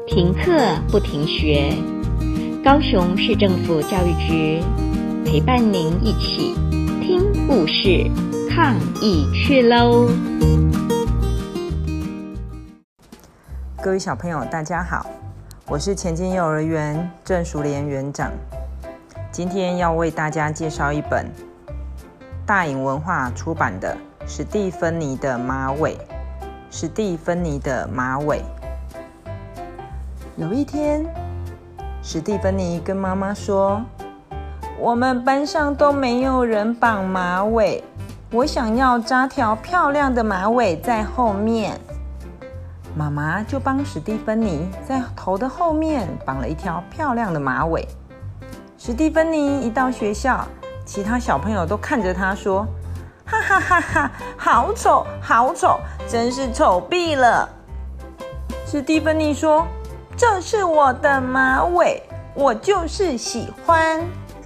停课不停学，高雄市政府教育局陪伴您一起听故事、抗疫去喽！ 各位小朋友，大家好，我是前进幼儿园郑淑莲园长。今天要为大家介绍一本大颖文化出版的史蒂芬妮的马尾。史蒂芬妮的马尾。有一天，史蒂芬妮跟妈妈说：“我们班上都没有人绑马尾，我想要扎条漂亮的马尾在后面。”妈妈就帮史蒂芬妮在头的后面绑了一条漂亮的马尾。史蒂芬妮一到学校，其他小朋友都看着她说：“哈哈哈哈，好丑，好丑，真是丑毙了。”史蒂芬妮说：“这是我的马尾，我就是喜欢。”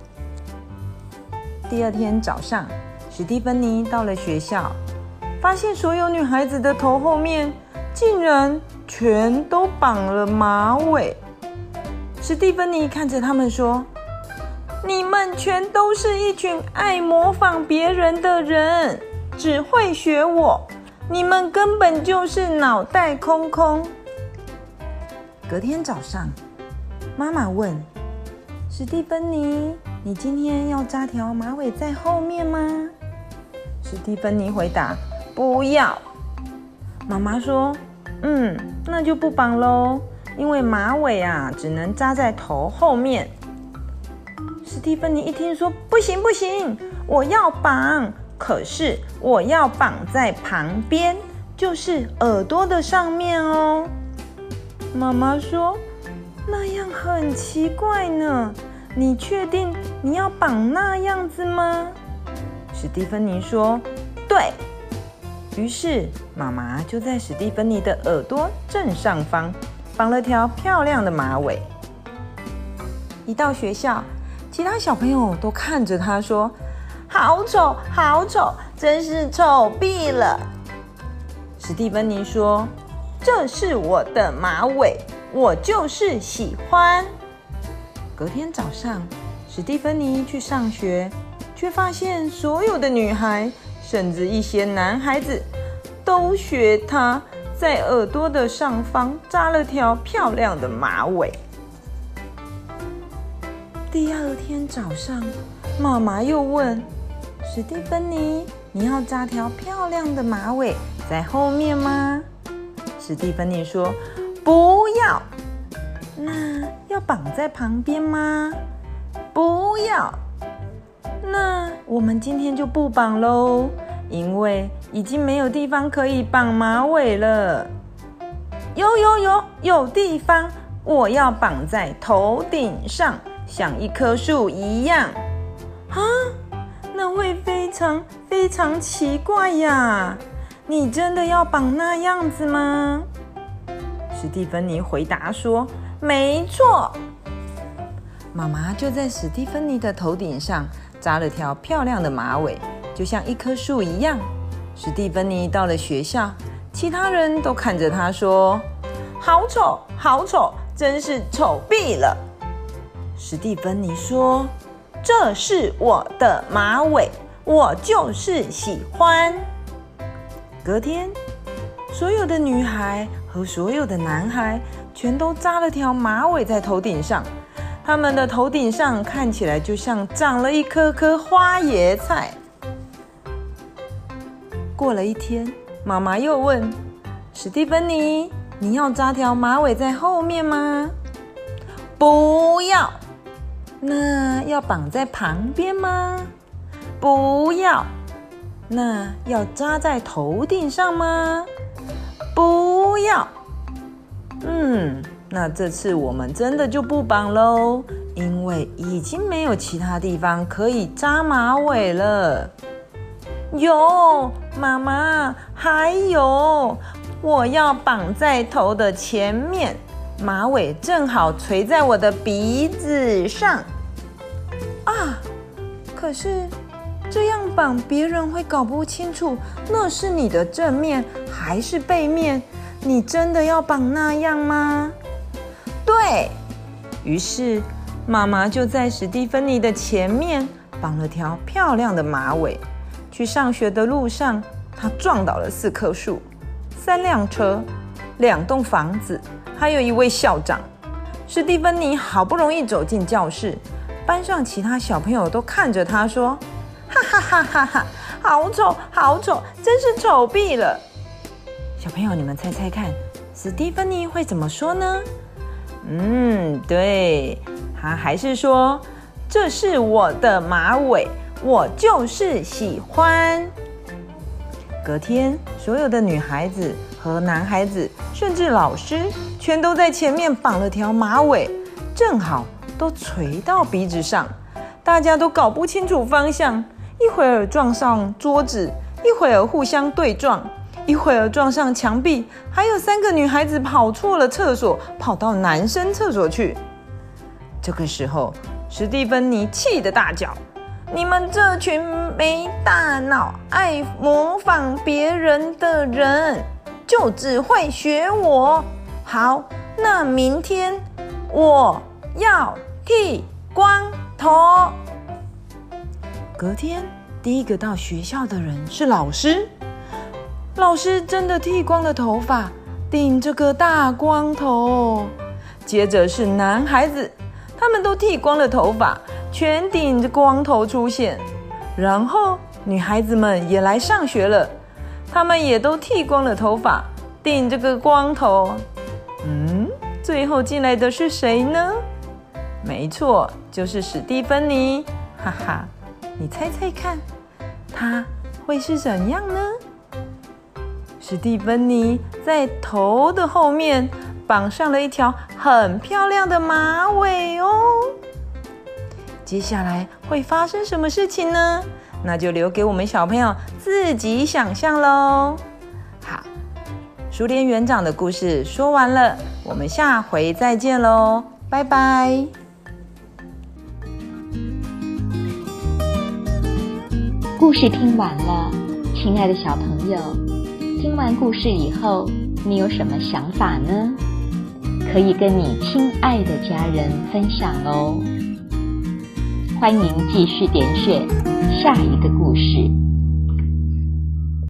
第二天早上，史蒂芬妮到了学校，发现所有女孩子的头后面竟然全都绑了马尾。史蒂芬妮看着他们说：“你们全都是一群爱模仿别人的人，只会学我，你们根本就是脑袋空空。”隔天早上，妈妈问史蒂芬妮：“你今天要扎条马尾在后面吗？”史蒂芬妮回答：“不要。”妈妈说：“那就不绑咯，因为马尾只能扎在头后面。”史蒂芬妮一听说：“不行不行，我要绑，可是我要绑在旁边，就是耳朵的上面哦。”妈妈说：“那样很奇怪呢，你确定你要绑那样子吗？”史蒂芬妮说：“对。”于是妈妈就在史蒂芬妮的耳朵正上方绑了条漂亮的马尾。一到学校，其他小朋友都看着她说：“好丑，好丑，真是丑毙了。”史蒂芬妮说：“这是我的马尾，我就是喜欢。”隔天早上，史蒂芬妮去上学，却发现所有的女孩，甚至一些男孩子，都学她在耳朵的上方扎了条漂亮的马尾。第二天早上，妈妈又问史蒂芬妮：“你要扎条漂亮的马尾在后面吗？”史蒂芬妮说：“不要。”“那要绑在旁边吗？”“不要。”“那我们今天就不绑咯，因为已经没有地方可以绑马尾了。”“有地方，我要绑在头顶上，像一棵树一样。”“啊，那会非常非常奇怪呀！你真的要绑那样子吗？”史蒂芬妮回答说：“没错。”妈妈就在史蒂芬妮的头顶上扎了条漂亮的马尾，就像一棵树一样。史蒂芬妮到了学校，其他人都看着她说：“好丑，好丑，真是丑毙了。”史蒂芬妮说：“这是我的马尾，我就是喜欢。”隔天，所有的女孩和所有的男孩全都扎了条马尾在头顶上，他们的头顶上看起来就像长了一颗颗花椰菜。过了一天，妈妈又问史蒂芬妮：“你要扎条马尾在后面吗？”“不要。”“那要绑在旁边吗？”“不要。”“那要扎在头顶上吗？”“不要。”“那这次我们真的就不绑咯，因为已经没有其他地方可以扎马尾了。”“有，妈妈，还有，我要绑在头的前面，马尾正好垂在我的鼻子上。”“啊，可是这样绑别人会搞不清楚那是你的正面还是背面，你真的要绑那样吗？” 对。于是妈妈就在史蒂芬妮的前面绑了条漂亮的马尾。去上学的路上，她撞倒了4棵树、3辆车、2栋房子，还有一位校长。史蒂芬妮好不容易走进教室，班上其他小朋友都看着她说：“哈哈哈哈哈，好丑，好丑，真是丑毙了。”小朋友，你们猜猜看，史蒂芬妮会怎么说呢？对，她还是说：“这是我的马尾，我就是喜欢。”隔天，所有的女孩子和男孩子，甚至老师，全都在前面绑了条马尾，正好都垂到鼻子上。大家都搞不清楚方向，一会儿撞上桌子，一会儿互相对撞，一会儿撞上墙壁，还有3个女孩子跑错了厕所，跑到男生厕所去。这个时候，史蒂芬妮气得大叫：“你们这群没大脑、爱模仿别人的人，就只会学我！好，那明天我要剃光头。”隔天，第一个到学校的人是老师。老师真的剃光了头发，顶着个大光头。接着是男孩子，他们都剃光了头发，全顶着光头出现。然后女孩子们也来上学了，他们也都剃光了头发，顶着个光头。最后进来的是谁呢？没错，就是史蒂芬妮。哈哈，你猜猜看，她会是怎样呢？史蒂芬妮在头的后面绑上了一条很漂亮的马尾哦。接下来会发生什么事情呢？那就留给我们小朋友自己想象咯。好，苏联园长的故事说完了，我们下回再见咯，拜拜。 故事听完了，亲爱的小朋友，听完故事以后，你有什么想法呢？可以跟你亲爱的家人分享哦。欢迎继续点选下一个故事。